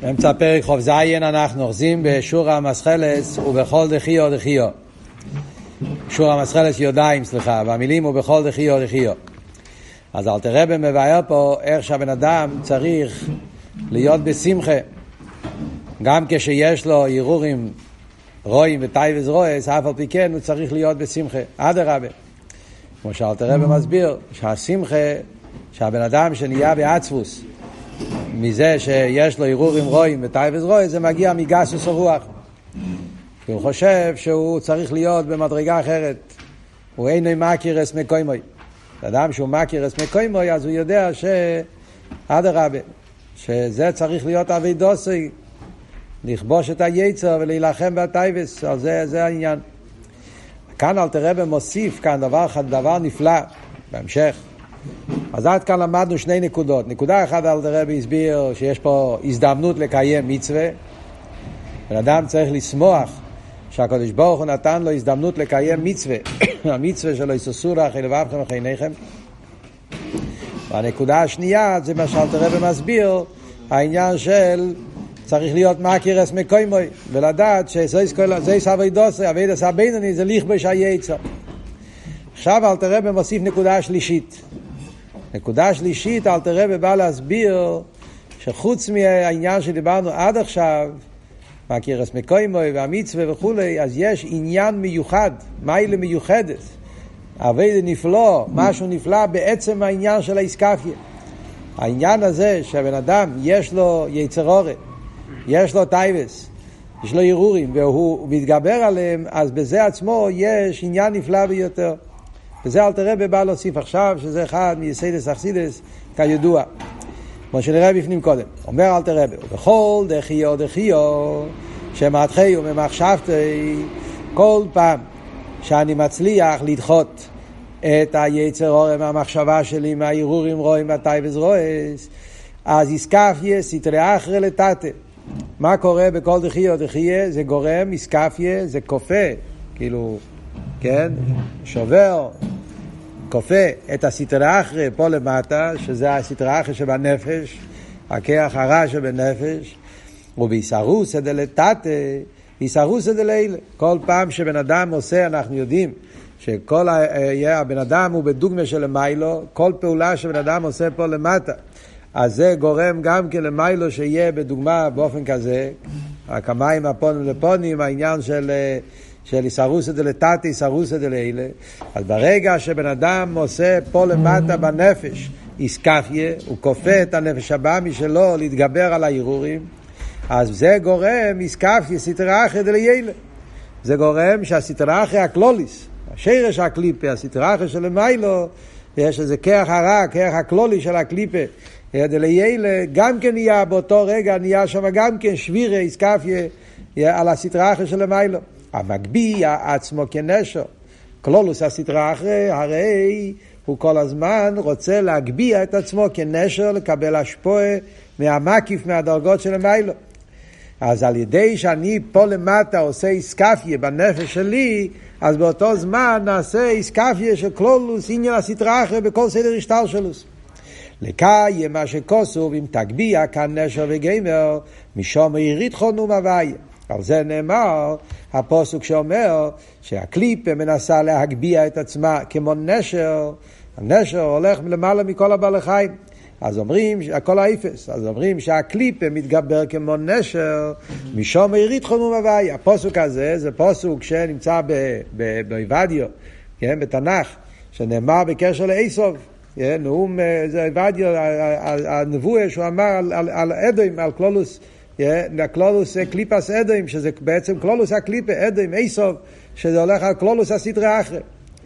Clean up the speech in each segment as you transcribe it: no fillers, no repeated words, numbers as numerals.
באמצע פרק חוב זיין אנחנו אוחזים בשור המסחלס ובכל דחיו דחיו. שור המסחלס יודעים, והמילים ובכל דחיו דחיו. אז אלתר רבי מבאר פה איך שהבן אדם צריך להיות בשמחה. גם כשיש לו ערעורים רואים וטייבס רויס, אף על פי כן הוא צריך להיות בשמחה. אדרבה. כמו שאלתר רבי מסביר, שהשמחה, שהבן אדם שנהיה בעצבוס, מזה שיש לו ערעורים רואים וטייבס רויס, זה מגיע מגסוס הרוח. כי הוא חושב שהוא צריך להיות במדרגה אחרת. הוא אינו מכיר את מקוימוי. אדם שהוא מכיר את מקוימוי, אז הוא יודע אדרבה, שזה צריך להיות עבודתו, לכבוש את היצר ולהילחם בטייבס. אז זה העניין. כאן אלתר רבי מוסיף כאן דבר נפלא בהמשך. אז עד כאן למדנו שני נקודות. נקודה אחת אלתר רבי הסביר שיש פה הזדמנות לקיים מצווה. בן אדם צריך לשמוח שהקדוש ברוך הוא נתן לו הזדמנות לקיים מצווה. המצווה שלו יסוסורה אחרי לבבכם אחרי עיניכם. והנקודה השנייה זה מה שאלתר רבי מסביר, העניין של צריך להיות מכיר את מקוימוי ולדעת שזה עבודתו, עבודת הבינוני זה לכבוש היצר. עכשיו אלתר רבי מוסיף נקודה שלישית. נקודה שלישית, אלתר רבי בא להסביר שחוץ מהעניין שדיברנו עד עכשיו, מכיר את מקוימוי והמצווה וכולי, אז יש עניין מיוחד, מיילה מיוחדת, עבודה נפלא, משהו נפלא בעצם העניין של האיסקפיה. העניין הזה שהבן אדם יש לו יצר הרע, יש לו טייבס, יש לו ערעורים והוא מתגבר עליהם, אז בזה עצמו יש עניין נפלא ביותר. וזה אלתר רבי בא להוסיף עכשיו, שזה אחד מיסודות החסידות כידוע, כמו שנראה בפנים קודם. אומר אלתר רבי, ובכל דחיו דחיו שמעתכי וממחשבתי, כל פעם שאני מצליח לדחות את היצר הרע מהמחשבה שלי, מהערעורים רואים והטייבס רויס, אז איסקפיה סתרי אחרא לטאטה. מה קורה בכל דחיו דחייה? זה גורם, איסקפיה זה כופה, כאילו, כן, שובר, כופה את הסתרי אחרא פה למטה, שזה הסתרי אחרא שבנפש, הכוח הרע שבנפש, ובהישארוס דלטאטה, הישארוס דלילה. כל פעם שבן אדם עושה, אנחנו יודעים שכל הבן אדם הוא בדוגמה של למיילו, כל פעולה שבן אדם עושה פה למטה, אז זה גורם גם כן למיילו שיהיה בדוגמה באופן כזה, הכמיים הפונים לפונים, העניין של הישארוסא דלתתא, הישארוסא דלילה. אז ברגע שבן אדם עושה פה למטה בנפש, איסקפיה, הוא כופה את הנפש הבאמי שלו להתגבר על הערעורים, אז זה גורם איסקפיה סתרא אחרא דלילה. זה גורם שהסתרא אחרא הכלוליס, השרש הקליפה, הסתרא אחרא של מיילו, יש איזה כוח הרע, כוח הכלולי של הקליפה, דלילה, גם כן נהיה באותו רגע, נהיה שם גם כן שבירה, איסקפיה, על הסתרא אחרא של מיילו. המגביה עצמו כנשר, כלולוס הסתרא אחרא, הרי הוא כל הזמן רוצה להגביה את עצמו כנשר, לקבל השפועה מהמקיף, מהדרגות של מיילו. אז על ידי שאני פה למטה עושה איסקפיה בנפש שלי, אז באותו זמן נעשה איסקפיה של כלולוס, עניין הסתרא אחרא בכל סדר השתלשלוס. לקיים מה שכוסוב אם תגביה כאן נשר וגמר, משום יריתחון ומוויה. על זה נאמר הפסוק שאומר שהקליפה מנסה להגביה את עצמה כמו נשר. הנשר הולך למעלה מכל הבעלי חיים, אז אומרים הכל האפס, אז אומרים שהקליפה מתגבר כמו נשר, משום יריתחון ומוויה. הפסוק הזה זה פסוק שנמצא בעובדיה, כן, בתנ"ך, שנאמר בקשר לעשו, נאום זה עובדיה, הנבואה שהוא אמר על אדום, על כלולוס, קלולוס קליפס אדום, שזה בעצם כלולוס הקליפה אדום, עשו, שזה הולך על כלולוס הסתרא אחרא.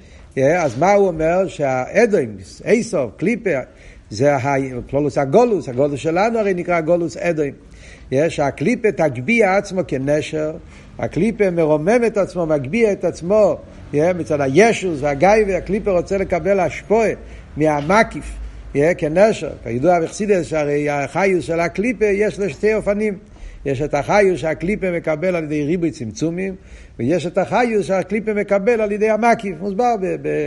אז מה הוא אומר? שהאדום, עשו, קליפה, זה כלולוס הגולוס, הגולוס שלנו הרי נקרא גולוס אדום. שהקליפה תגביה עצמו כנשר, הקליפה מרומם את עצמו, מגביה את עצמו, מצד הישוס והגאווה, הקליפה רוצה לקבל השפועה מהמקיף, כנשר. כידוע בחסידות שהרי החיוס של הקליפה יש לו שתי אופנים. יש את החיוס שהקליפה מקבל על ידי ריבוי צמצומים, ויש את החיוס שהקליפה מקבל על ידי המקיף. מוסבר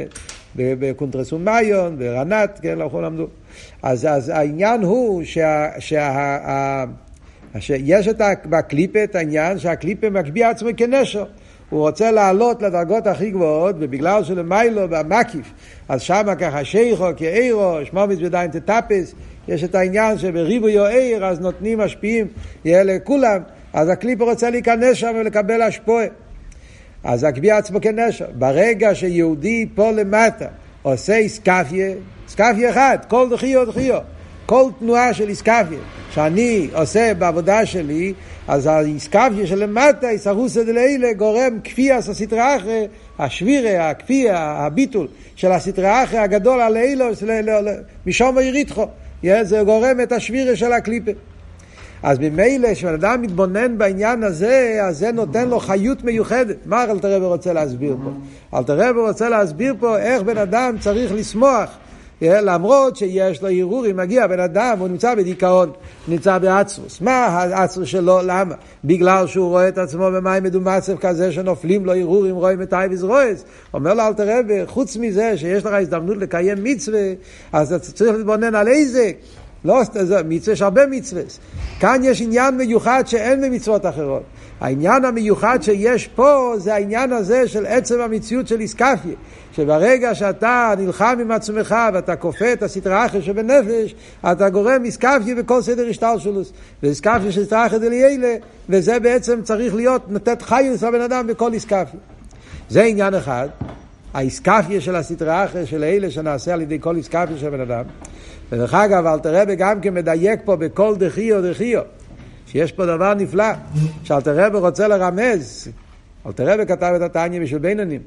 בקונטרסום מיון, ברנת, כן, לא יכול למדו. אז העניין הוא יש בקליפה את העניין שהקליפה מקביע עצמו כנשר. הוא רוצה לעלות לדרגות הכי גבוהות, ובגלל שלמיילו במקיף, אז שמה ככה שייכו כאירו, שמומץ ודיים תטפס, יש את העניין שבריבוי או עיר, אז נותנים משפיעים, יהיה לכולם, אז הקליפה רוצה להיכנס שם ולקבל השפועה. אז הקביע עצמו כנשר. ברגע שיהודי פה למטה עושה איסקפיה, איסקפיה אחד, כל דחיו, כל תנועה של איסקפיה, שאני עושה בעבודה שלי, אז האיסקפיה שלמטה, איסרוסא דלעילא, גורם כפייה סטרא אחרא, השבירה, הכפייה, הביטול של הסטרא אחרא הגדול על לעילא, משום ויריתחו, זה גורם את השבירה של הקליפה. אז ממילא כשאדם מתבונן בעניין הזה, אז זה נותן לו חיות מיוחדת. מה אלתר רבי רוצה להסביר פה? אלתר רבי רוצה להסביר פה איך בן אדם צריך לשמוח, למרות שיש לו הרהורים. מגיע בן אדם, הוא נמצא בדיכאון, נמצא בעצרוס. מה העצרוס שלו? למה? בגלל שהוא רואה את עצמו במים מדומצב כזה שנופלים לו הרהורים, רואים את טייבס רויס. אומר לו אלתר רבי, חוץ מזה שיש לך הזדמנות לקיים מצווה, אז אתה צריך להתבונן על איזה לא, מצווה, יש הרבה מצווה. כאן יש עניין מיוחד שאין במצוות אחרות. העניין המיוחד שיש פה זה העניין הזה של עצם המציאות של איסקפיה, שברגע שאתה נלחם עם עצמך ואתה כופה את הסטרא אחרא שבנפש, אתה גורם איסקפיה בכל סדר השתלשלות, ואיסקפיה של סטרא אחרא דלעילא, וזה בעצם צריך להיות נתת חיות לבן אדם בכל איסקפיה. זה עניין אחד, האיסקפיה של הסטרא אחרא של אלה שנעשה על ידי כל איסקפיה של בן אדם. ודרך אגב, אלתר רבי גם כן מדייק פה בכל דחיו, שיש פה דבר נפלא, שאלתר רבי רוצה לרמז. אלתר רבי כתב את התניא בשביל בינונים.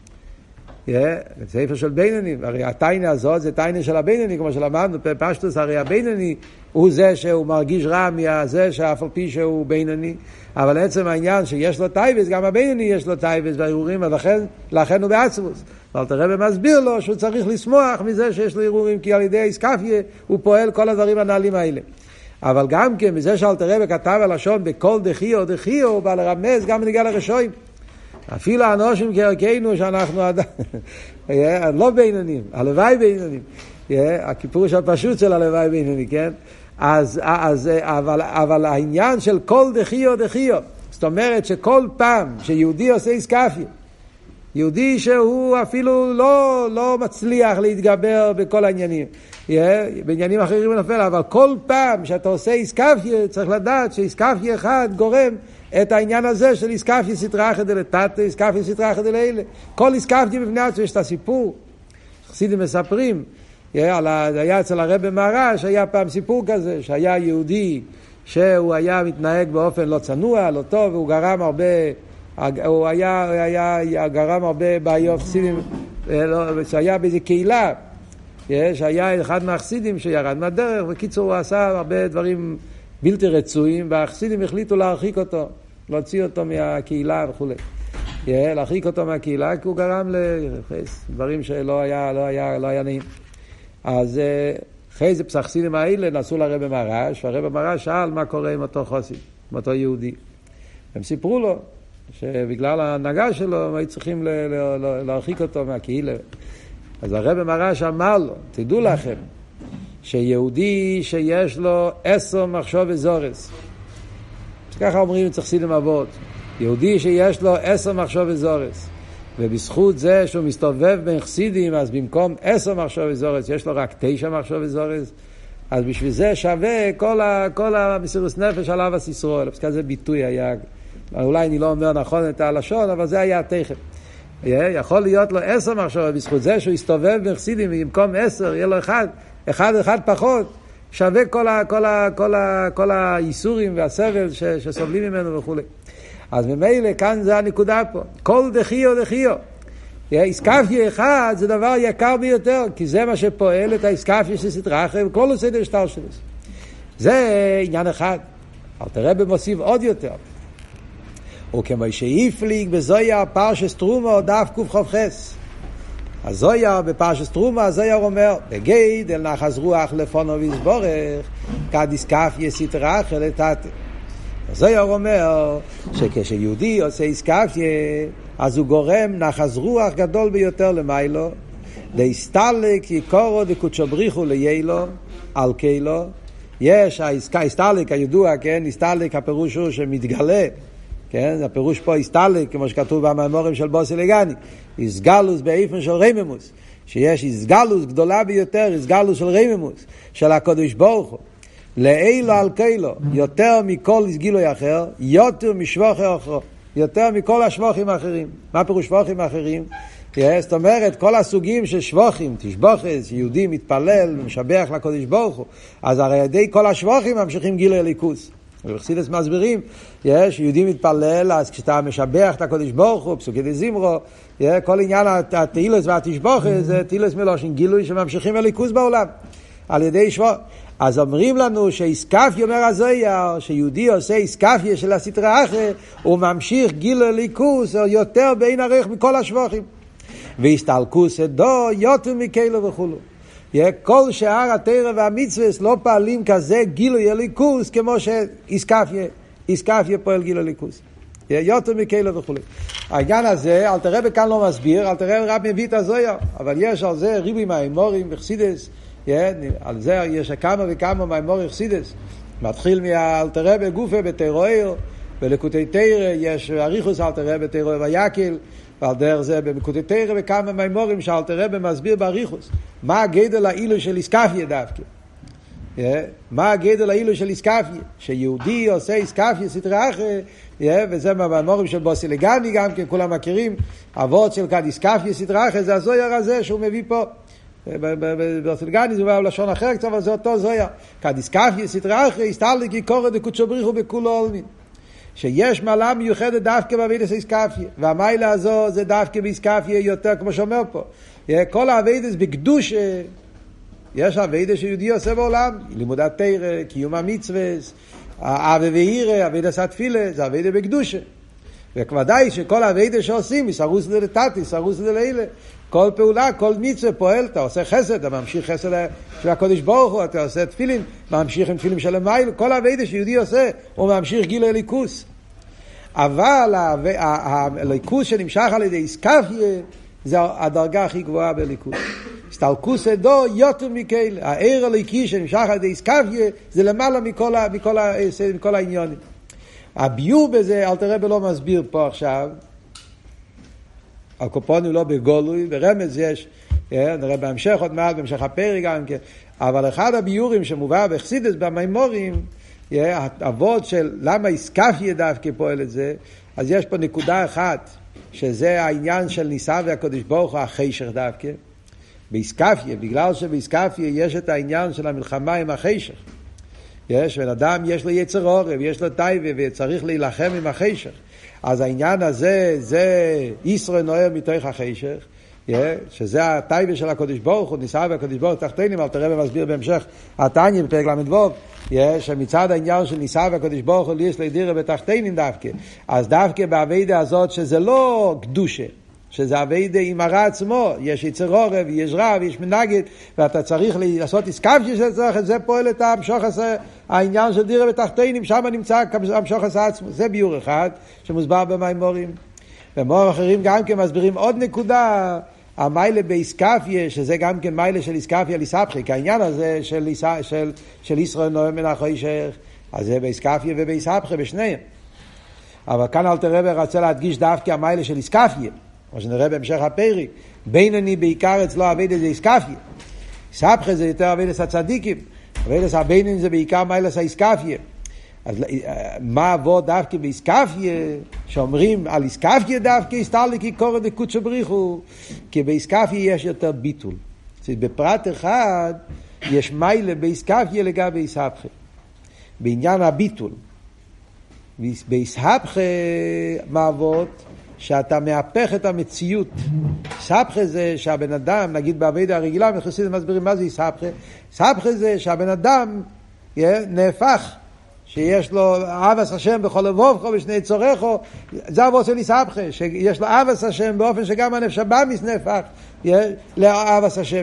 ספר של בינונים, הרי התניא הזאת זה תניא של הבינוני, כמו שלמדנו, פשטוס, הרי הבינוני הוא זה שהוא מרגיש רע מהזה שאף על פי שהוא בינוני, אבל עצם העניין שיש לו טייבס, גם הבינוני יש לו טייבס והערעורים, ולכן הוא בעצמוס. אלתר רבי מסביר לו שהוא צריך לשמוח מזה שיש לו ערעורים, כי על ידי איסקפיה הוא פועל כל הדברים הנעלים האלה. אבל גם כן, מזה שאלתר רבי כתב הלשון בכל דחיו, הוא בא לרמז גם בנגיעה לרשועים. אפילו האנושים כערכנו שאנחנו לא בינונים, הלוואי בינונים, הכיפוש הפשוט של הלוואי בינוני, כן? אבל העניין של כל דחיו, זאת אומרת שכל פעם שיהודי עושה איסקפיה, יהודי שהוא אפילו לא מצליח להתגבר בכל העניינים, בעניינים אחרים נופל, אבל כל פעם שאתה עושה איסקפיה, צריך לדעת שאיסקפיה אחד גורם את העניין הזה של איסקפיה סטרא אחרא דלתתא, איסקפיה סטרא אחרא דלעילא. כל איסקפיה בפני עצמו, יש את הסיפור, חסידים מספרים, היה אצל הרבי מהר"ש, היה פעם סיפור כזה, שהיה יהודי שהוא היה מתנהג באופן לא צנוע, לא טוב, והוא גרם הרבה בעיות חסידים, שהיה באיזו קהילה, שהיה אחד מהחסידים שירד מהדרך, וקיצור הוא עשה הרבה דברים בלתי רצויים, והחסידים החליטו להרחיק אותו, להוציא אותו מהקהילה וכו'. להרחיק אותו מהקהילה, כי הוא גרם לדברים שלא היה נעים. אז אחרי זה החסידים האלה נסעו לרבי מהר"ש, והרבי מהר"ש שאל מה קורה עם אותו חסיד, עם אותו יהודי. הם סיפרו לו שבגלל ההנהגה שלו הם היו צריכים להרחיק אותו מהקהילה. אז הרבי מהר"ש אמר לו, תדעו לכם, שיהודי שיש לו 10 מחשבות זורס, ככה אומרים צריך חסידים אבות, יהודי שיש לו 10 מחשבות זורס, ובזכות זה שהוא מסתובב בין חסידים, אז במקום 10 מחשבות זורס יש לו רק 9 מחשבות זורס, אז בשביל זה שווה כל המסירות נפש עליו הסיסרול. כזה ביטוי היה, אולי אני לא אומר נכון את הלשון, אבל זה היה התכן. יכול להיות לו 10 מחשבות, בזכות זה שהוא יסתובב בין חסידים, במקום 10 יהיה לו אחד פחות, שווה כל האיסורים והסבל שסובלים ממנו וכו'. אז ממילא כאן זה הנקודה פה. כל דחיו. איסקפיה אחד זה דבר יקר ביותר, כי זה מה שפועל את האיסקפיה של סטרא אחרא וכל הסדר השתלשלות. זה עניין אחד. אלתר רבי מוסיף עוד יותר. וכמו שהפליג בזויה פרשת תרומה דף קכ"ח. הזויה בפרשת תרומה, הזויה אומר, בגדל נחס רוח לפונו ויסבורך, כד איסקפיה סטרא אחרא לתתא. הזויה אומר שכשיהודי עושה איסקפיה, אז הוא גורם נחס רוח גדול ביותר למיילו, להסתלק יקורו דקודשא בריך הוא ליילו, על קילו, יש ההסתלק הידוע, כן, הסתלק הפירוש הוא שמתגלה, כן, הפירוש פה הסתלק, כמו שכתוב במאמרים של בוסי לגני, הסגלוס באיפן של רממוס, שיש הסגלוס גדולה ביותר, הסגלוס של רממוס, של הקדוש ברוך הוא, לאילו על קילו, יותר מכל גילוי אחר, יותר משבוכי אחר, יותר מכל השבוכים האחרים. מה פירוש שבוכים האחרים? זאת אומרת, כל הסוגים של שבוכים, תשבוכס, יהודי מתפלל ומשבח לקדוש ברוך הוא, אז הרי ידי כל השבוכים ממשיכים גילוי הליכוס. ובחסידות מסבירים, יהודי מתפלל, אז כשאתה משבח את הקדוש ברוך הוא, פסוקי דזמרו, כל עניין התהילוס והתשבוכס, זה תהילוס מלושן גילוי שממשיכים הליכוס בעולם, על ידי שבוך. אז אומרים לנו שאיסקפיה, אומר הזויר, שיהודי עושה איסקפיה של הסטרא אחרא, הוא ממשיך גילוי הליכוס יותר בעין ערך מכל השבוכים. והסתלקוס דו יותר מכאילו וכולו. כל שאר התורה והמצוות לא פעלים כזה גילוי הליכוס כמו שאיסקפיה פועל גילוי הליכוס. יותר מכאילו וכולו. העניין הזה, אל תראה כאן לא מסביר, אל תראה רק מביא את הזויר, אבל יש על זה ריבי מהאמורים וחסידס, על זה יש כמה וכמה מהאמורים וחסידס. מתחיל מאל תראה בגופה בתירואר, בלקוטי תירא יש אריכוס אל תראה בתירואר ויקל, ועל דרך זה במקוטי תירא וכמה מהאמורים שאל תראה במסביר באריכוס. מה הגדל האילו של איסקפיה דווקא? מה הגדל האילו של איסקפיה? שיהודי עושה איסקפיה סטרא אחרא, וזה מהאמורים של בוסי לגני גם כן, כולם מכירים, אבות של כאן איסקפיה סטרא אחרא, זה הזויר הזה שהוא מביא פה. בבוסי לגני זה בא בלשון אחר קצת, אבל זה אותו זויר. כאן איסקפיה סטרא אחרא, הסתלק יקורא דקודשו בריך הוא בכולו עולמין. שיש מעלה מיוחדת דווקא בעבודת איסקפיה, והמעלה הזו זה דווקא באיסקפיה יותר, כמו שאומר פה. כל העבודת בקדושה, יש עבודת שיהודי עושה בעולם, לימודת תורה, קיום המצוות, אהבה ויראה, עבודת התפילה, זה עבודת בקדושה. וכוודאי שכל העבודת שעושים, יסרוס לדתתי, יסרוס לדלילה, כל פעולה, כל מצווה פועל, אתה עושה חסד, אתה ממשיך חסד של הקודש ברוך הוא, אתה עושה תפילין, ממשיך עם תפילין של המייל, כל העבודה שיהודי עושה, הוא ממשיך גילוי הליכוס. אבל הליכוס שנמשך על ידי איסקפיה, זה הדרגה הכי גבוהה בליכוס. הסתלקוס דו יותר מכאלה. העיר הליקי שנמשך על ידי איסקפיה, זה למעלה מכל העניונים. הביור בזה, אל תראה בלא מסביר פה עכשיו, הקופונים לא בגולוי, ברמז יש, נראה בהמשך עוד מעט, בהמשך הפרק גם כן, אבל אחד הביורים שמובא בחסידס במיימורים, האבות של למה איסקפיה דווקא פועל את זה, אז יש פה נקודה אחת, שזה העניין של ניסה והקדוש ברוך הוא החשך דווקא, באיסקפיה, בגלל שבאיסקפיה יש את העניין של המלחמה עם החשך, יש, בן אדם יש לו יצר עורב, יש לו טייבה, וצריך להילחם עם החשך. אז העניין הזה, זה ישראל נוער מתוך החשך, שזה הטייבה של הקדוש ברוך הוא, ניסה והקדוש ברוך הוא תחתינים, אבל תראה ומסביר בהמשך התניא בפרק למדבוב, שמצד העניין של ניסה והקדוש ברוך הוא יש להדירה בתחתינים דווקא. אז דווקא בעבודה הזאת שזה לא קדושה, שזה עבודה עם הרע עצמו, יש יצר עורב, יש רע, יש מנגד, ואתה צריך לעשות איסקפיה של צריך, זה פועל את המשוך הזה, העניין של דירה בתחתינים, שם נמצא המשוך הזה עצמו. זה ביור אחד שמוסבר במיימורים. ומאמרים אחרים גם כן מסבירים עוד נקודה, המיילה באיסקפיה, שזה גם כן מיילה של איסקפיה ליסבחי, כי העניין הזה של ישראל נועם מן החושך, אז זה באיסקפיה ובאיסבחי בשניהם. אבל כאן אל תראה ורצה להדגיש דווקא המיילה של איסקפיה, כמו שנראה בהמשך הפרק, בינוני בעיקר אצלו עבודת זה איסקפיה. איסבחי זה יותר עבודת הצדיקים, עבודת הבינוני זה בעיקר מיילס האיסקפיה. אז מה עבוד דווקא באיסקפיה, שאומרים על איסקפיה דווקא, הסתלק יקורא דקודשו בריך הוא, כי באיסקפיה יש יותר ביטול. בפרט אחד יש מיילה באיסקפיה לגבי איסבחי, בעניין הביטול. באיסבחי מעבוד שאתה מהפך את המציאות. איסבחי זה שהבן אדם, נגיד בעבודה הרגילה, מחסידים מסבירים מה זה איסבחי. איסבחי זה שהבן אדם נהפך, שיש לו אהבת השם בכל לבבך ובשני צורך, זה אבות של איסבחי, שיש לו אהבת השם באופן שגם הנפש הבאמיס נהפך לאהבת השם.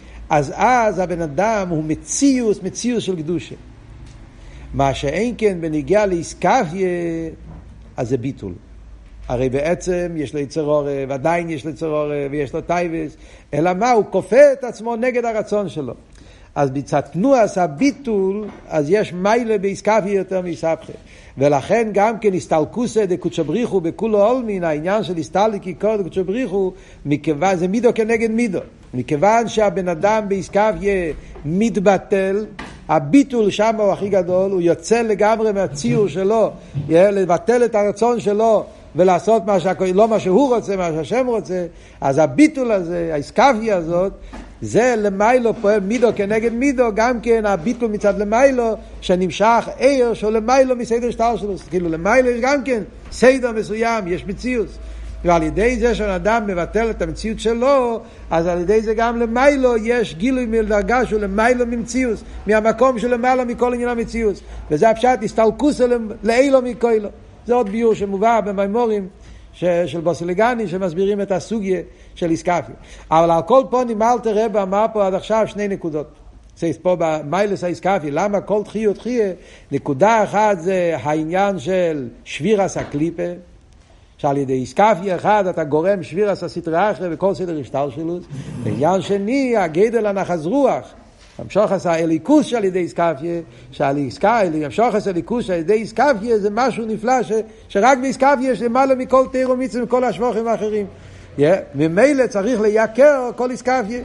אז הבן אדם הוא מציאות של קדושה. מה שאין כן בנגיע לאיסקפיה, אז זה ביטול. הרי בעצם יש לו יצר עורב, עדיין יש לו יצר עורב, ויש לו טייבס, אלא מה? הוא כופה את עצמו נגד הרצון שלו. אז בצד תנועס הביטול, אז יש מיילה באיסקפיה יותר מאיסבכה. ולכן גם כן הסתלקוסה דקודשא בריך הוא בכולו עולמין, העניין של הסתלקי קור דקודשא בריך הוא, מכיוון, זה מידו כנגד מידו. מכיוון שהבן אדם באיסקפיה מתבטל, הביטול שם הוא הכי גדול, הוא יוצא לגמרי מהציור שלו, לבטל את הרצון שלו, ולעשות לא מה שהוא רוצה, מה שהשם רוצה. אז הביטול הזה, האיסקפיה הזאת, זה למיילו פועל מידו כנגד מידו, גם כן הביטול מצד למיילו, שנמשך עיר שהוא למיילו מסדר שטר שלו. כאילו למיילו יש גם כן סדר מסוים, יש מציאות. ועל ידי זה שאדם מבטל את המציאות שלו, אז על ידי זה גם למיילו יש גילוי מדרגה שהוא למיילו ממציאות, מהמקום של למיילו מכל עניין המציאות. וזה הפשט, הסתלקוס לאילו מכוילו. זה עוד ביור שמובא במימורים של בוסילגני, שמסבירים את הסוגיה של איסקפיה. אבל על כל פונים אלתר רבי אמר פה עד עכשיו שני נקודות. זה פה במיילס האיסקפיה, למה כל תחייה ותחייה? נקודה אחת זה העניין של שבירס הקליפה, שעל ידי איסקפיה אחד אתה גורם שבירס הסטרא אחרא וכל סדר השתלשלות. ועניין שני, הגדל הנחש רוח, המשוך עשה אליקוס שעל ידי איסקפיה, המשוך עשה אליקוס שעל ידי איסקפיה זה משהו נפלא שרק באיסקפיה יש למעלה מכל תיר ומצווה ומכל השבוחים האחרים. ממילא צריך לייקר כל איסקפיה.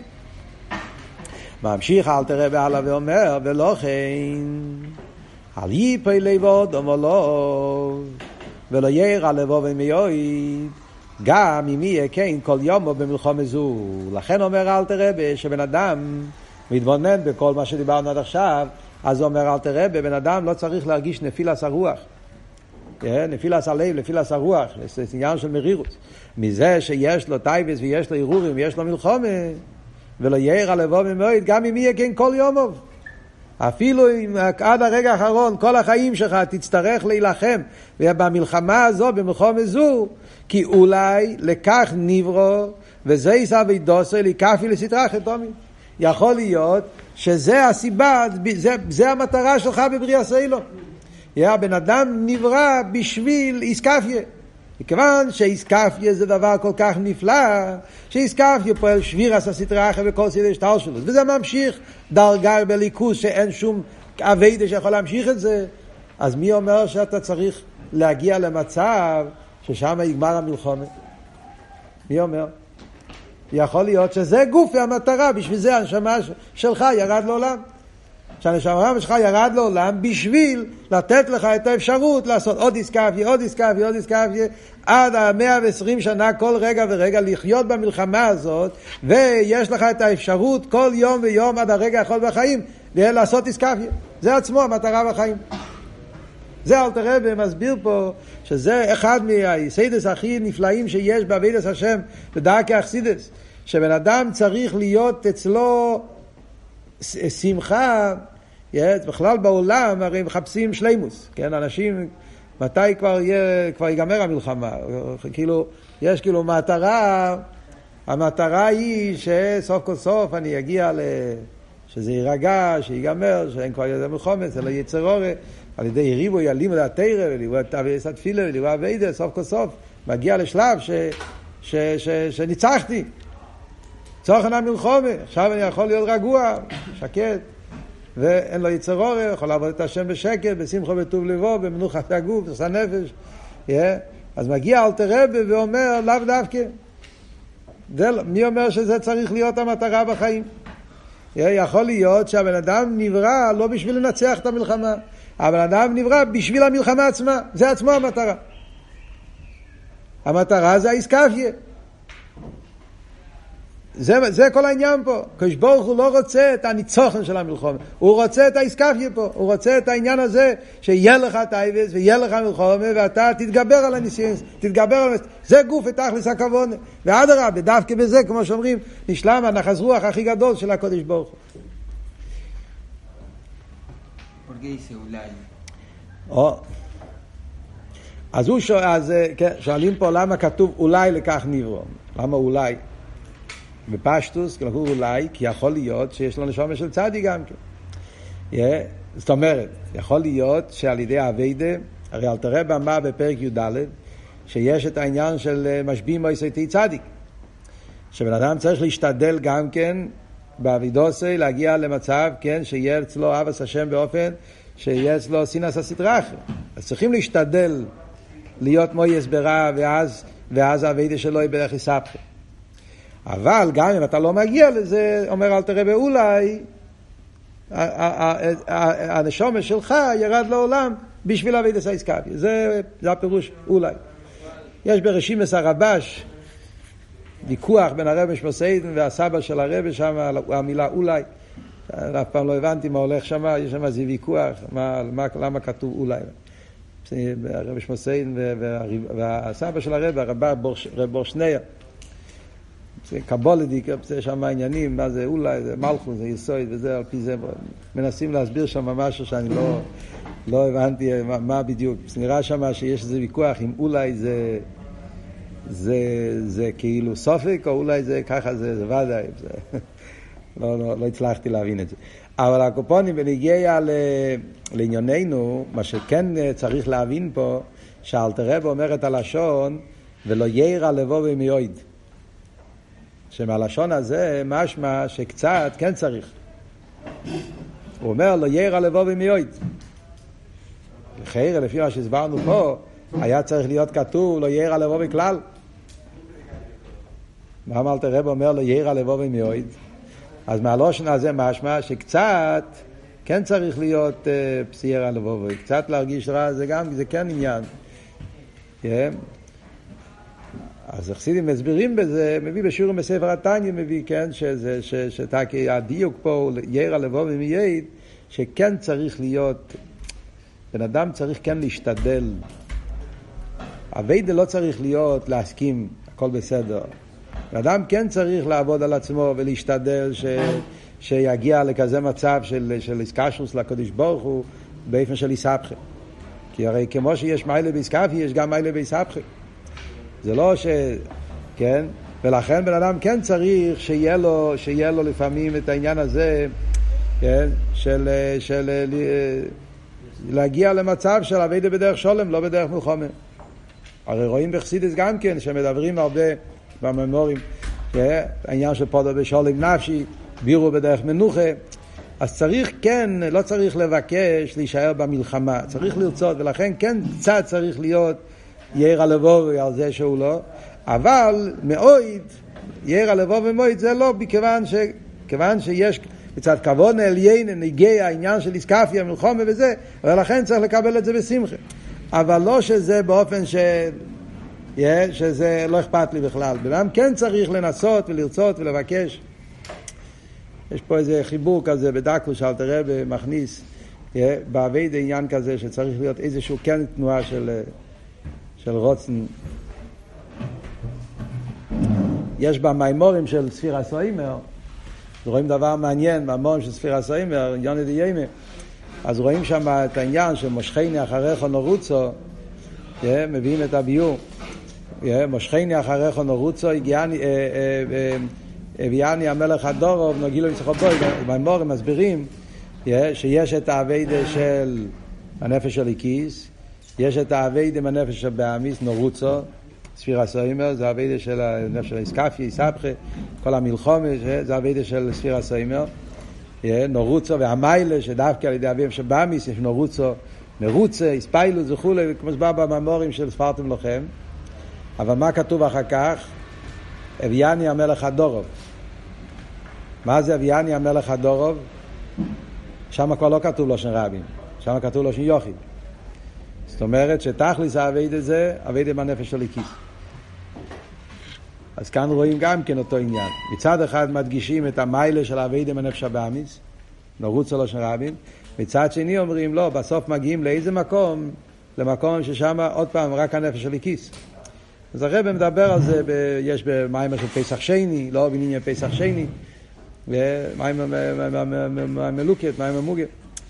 ממשיך אלתר רבי הלאה ואומר, ולא כן על ייפוי לבו דומו לו ולא ירא לבו ומיועיד, גם אם יהיה כן כל יומו במלחמה זו. לכן אומר אלתר רבי שבן אדם מתבונן בכל מה שדיברנו עד עכשיו, אז אומר אלתר רבי, בן אדם לא צריך להרגיש נפילת הרוח, נפילת הלב, נפילת הרוח, זה עניין של מרירות. מזה שיש לו טייבס ויש לו ערעורים ויש לו מלחמה, ולא ירא לבו ומיועיד, גם אם יהיה כן כל יומוב. אפילו אם עד הרגע האחרון כל החיים שלך תצטרך להילחם ובמלחמה הזו, במלחמה זו, כי אולי לכך נברו וזה יסבי דוסי לקפי לסתרא חתומי. יכול להיות שזה הסיבה, זה המטרה שלך בבריאה סילו. הבן אדם נברא בשביל איסקפיה. מכיוון שאיסקפיה זה דבר כל כך נפלא, שאיסקפיה פועל שבירס הסטרא אחרא וכל סדר השתלשלות. וזה ממשיך דרגה בליכוז שאין שום עבודה שיכול להמשיך את זה. אז מי אומר שאתה צריך להגיע למצב ששם יגמר המלחמה? מי אומר? יכול להיות שזה גוף המטרה, בשביל זה הנשמה שלך ירד לעולם. שהנשמה שלך ירד לעולם בשביל לתת לך את האפשרות לעשות עוד איסקפיה, עוד איסקפיה, עוד איסקפיה, עד 120 שנה כל רגע ורגע לחיות במלחמה הזאת, ויש לך את האפשרות כל יום ויום עד הרגע האחרון בחיים לעשות איסקפיה. זה עצמו המטרה בחיים. זה אלתר רבי מסביר פה שזה אחד מהסיידס הכי נפלאים שיש בעבודת השם בדרכי החסידות, שבן אדם צריך להיות אצלו שמחה. בכלל בעולם הרי מחפשים שלימוס, כן? אנשים מתי כבר ייגמר המלחמה, כאילו יש כאילו המטרה היא שסוף כל סוף אני אגיע שזה יירגע, שיגמר, שאין כבר ידע מלחמה, זה לא יצר אורה, על ידי יריבו ילימוד התורה ולימוד התפילה ולימוד העבודה, סוף כל סוף מגיע לשלב שניצחתי, צורכן המלחמה, עכשיו אני יכול להיות רגוע, שקט, ואין לו יצר אורה, יכול לעבוד את השם בשקט, בשמחה בטוב לבו, במנוחת הגוף, עושה נפש. אז מגיע אלתר רבי ואומר, לאו דווקא. מי אומר שזה צריך להיות המטרה בחיים? יכול להיות שהבן אדם נברא לא בשביל לנצח את המלחמה, הבן אדם נברא בשביל המלחמה עצמה, זה עצמו המטרה. המטרה זה האיסקפיה. זה כל העניין פה. הקדוש ברוך הוא לא רוצה את הניצחון של המלחמה, הוא רוצה את האיסקפיה פה, הוא רוצה את העניין הזה שיהיה לך טייבס ויהיה לך מלחמה ואתה תתגבר על הניסיון, תתגבר על זה גוף ותכלס הכוונה. ואדרבה, דווקא בזה כמו שאומרים נשלם הנחש רוח הכי גדול של הקדוש ברוך הוא. אז שואלים פה למה כתוב אולי לכך נברא, למה אולי בפשטוס, כלומר אולי, כי יכול להיות שיש לו נשמה של צדי גם כן. זאת אומרת, יכול להיות שעל ידי העבודה, הרי אלתר רבי אמר בפרק י"ד, שיש את העניין של משביעים מויסי צדיק. שבן אדם צריך להשתדל גם כן בעבידוסי להגיע למצב, כן, שיהיה אצלו אהבת השם באופן שיהיה אצלו סינס הסדרחה. אז צריכים להשתדל להיות מויס ברע, ואז העבידה שלו היא בדרך יסבכה. אבל גם אם אתה לא מגיע לזה, אומר אל תראה באולי, הנשמה שלך ירד לעולם בשביל העבידה סייסקאפי. זה הפירוש אולי. יש ברשימס הרבש ויכוח בין הרב שמוסיידן והסבא של הרב שם, המילה אולי. אף פעם לא הבנתי מה הולך שם, יש שם איזה ויכוח, למה כתוב אולי. הרב שמוסיידן והסבא של הרב, הרב בורשניה. זה קבולדיק, זה שם העניינים, מה זה אולי, זה מלכות, זה יסוד, וזה על פי זה. מנסים להסביר שם משהו שאני לא הבנתי מה בדיוק. נראה שם שיש איזה ויכוח אם אולי זה כאילו סופק, או אולי זה ככה, זה ודאי. לא הצלחתי להבין את זה. אבל הקופונים בנגיע לענייננו, מה שכן צריך להבין פה, שאלתר רב אומר את הלשון, ולא ירא לבוא ומיועד. שמהלשון הזה משמע שקצת כן צריך. הוא אומר לא ירא לבוא ומיועד. לחייר, לפי מה שהסברנו פה, היה צריך להיות כתוב לא ירא לבוא בכלל. מה אלתר רב אומר לא ירא לבוא ומיועד? אז מהלושן הזה משמע שקצת כן צריך להיות פסיירה לבוא, קצת להרגיש רע, זה כן עניין. אז החסידים מסבירים בזה, מביא בשיעורים בספר התניא, מביא כן, שתקי הדיוק פה ירא לבוא ומייד, שכן צריך להיות, בן אדם צריך כן להשתדל. הווידה לא צריך להיות להסכים, הכל בסדר. האדם כן צריך לעבוד על עצמו ולהשתדל שיגיע לכזה מצב של איסקשוס לקדוש ברוך הוא באופן של איסבכה. כי הרי כמו שיש מיילה באיסקפי, יש גם מיילה באיסבכה. זה לא כן? ולכן בן אדם כן צריך שיהיה לו לפעמים את העניין הזה, כן? של להגיע למצב של עבודה בדרך שולם, לא בדרך מלחמה. הרי רואים בחסידות גם כן, שמדברים הרבה בממורים, העניין של פודו בשולם נפשי, בירו בדרך מנוחה. אז צריך כן, לא צריך לבקש להישאר במלחמה, צריך לרצות, ולכן כן קצת צריך להיות ירא לבוא על זה שהוא לא, אבל מאוד ירא לבוא ומועד זה לא, כיוון שיש מצד כבוד עליין נגיע העניין של איסקפי המלחמה וזה, ולכן צריך לקבל את זה בשמחה, אבל לא שזה באופן שזה לא אכפת לי בכלל. בנם כן צריך לנסות ולרצות ולבקש. יש פה איזה חיבור כזה בדקו שאלתר רב מכניס בעבודה עניין כזה שצריך להיות איזשהו כן תנועה של רוצן. יש במיימורים של ספירס האימר, רואים דבר מעניין במיימורים של ספירס האימר, יוני דיימה, אז רואים שם את העניין שמושכני אחריך נורוצו, מביאים את הביור, מושכני אחריך נורוצו, הביאני המלך הדורוב, נוגילו יצחוק בוי. במיימורים מסבירים שיש את העבודה של הנפש של איקיס, יש את העבודה עם הנפש של באמיס, נורוצו, ספירס האימר, זה העבודה של הנפש של איסקפי, איסבכה, כל המלחמה, זה העבודה של ספירס האימר, נורוצו והמיילה, שדווקא על ידי אביהם של באמיס, יש נורוצו, מרוצה, איספיילו, זכו, כמו שבא במאמורים של ספרתם לכם. אבל מה כתוב אחר כך? אביאני המלך הדורוב. מה זה אביאני המלך הדורוב? שם כבר לא כתוב לו שן רבים, שם כתוב לו שן יוחיד. זאת אומרת שתכליס העבודה זה עבודה בנפש של איקיס. אז כאן רואים גם כן אותו עניין. מצד אחד מדגישים את המיילה של העבודה בנפש הבאמיס, נרוץ לו שן רבים. מצד שני אומרים לא, בסוף מגיעים לאיזה מקום? למקום ששם עוד פעם רק הנפש של איקיס. אז הרב מדבר על זה, יש במיימר של פסח שני, לא בעניין פסח שני, ומיימר מלוקת, מיימר מוגה,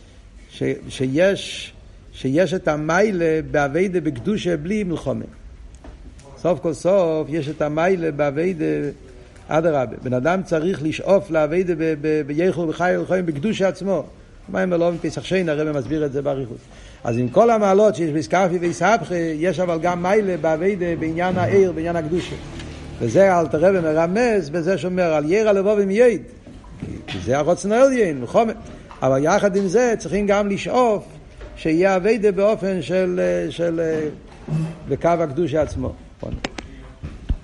שיש את המיילה בעבודה בקדושה בלי מלחמה. סוף כל סוף יש את המיילה בעבודה אדרבה. בן אדם צריך לשאוף לעבודה בייחוד וחי ולחיים בקדושה עצמו. מיימר לא בפסח שני, הרב מסביר את זה באריכות. אז עם כל המעלות שיש באיסקפי ואיסבכה, יש אבל גם מיילה בעבודה בעניין העיר, בעניין הקדושה. וזה אלתר רב מרמז בזה שאומר על ירא לבוא ומייד. כי זה הרוצן העליון, מחומר. אבל יחד עם זה צריכים גם לשאוף שיהיה עבודה באופן של בקו הקדושה עצמו.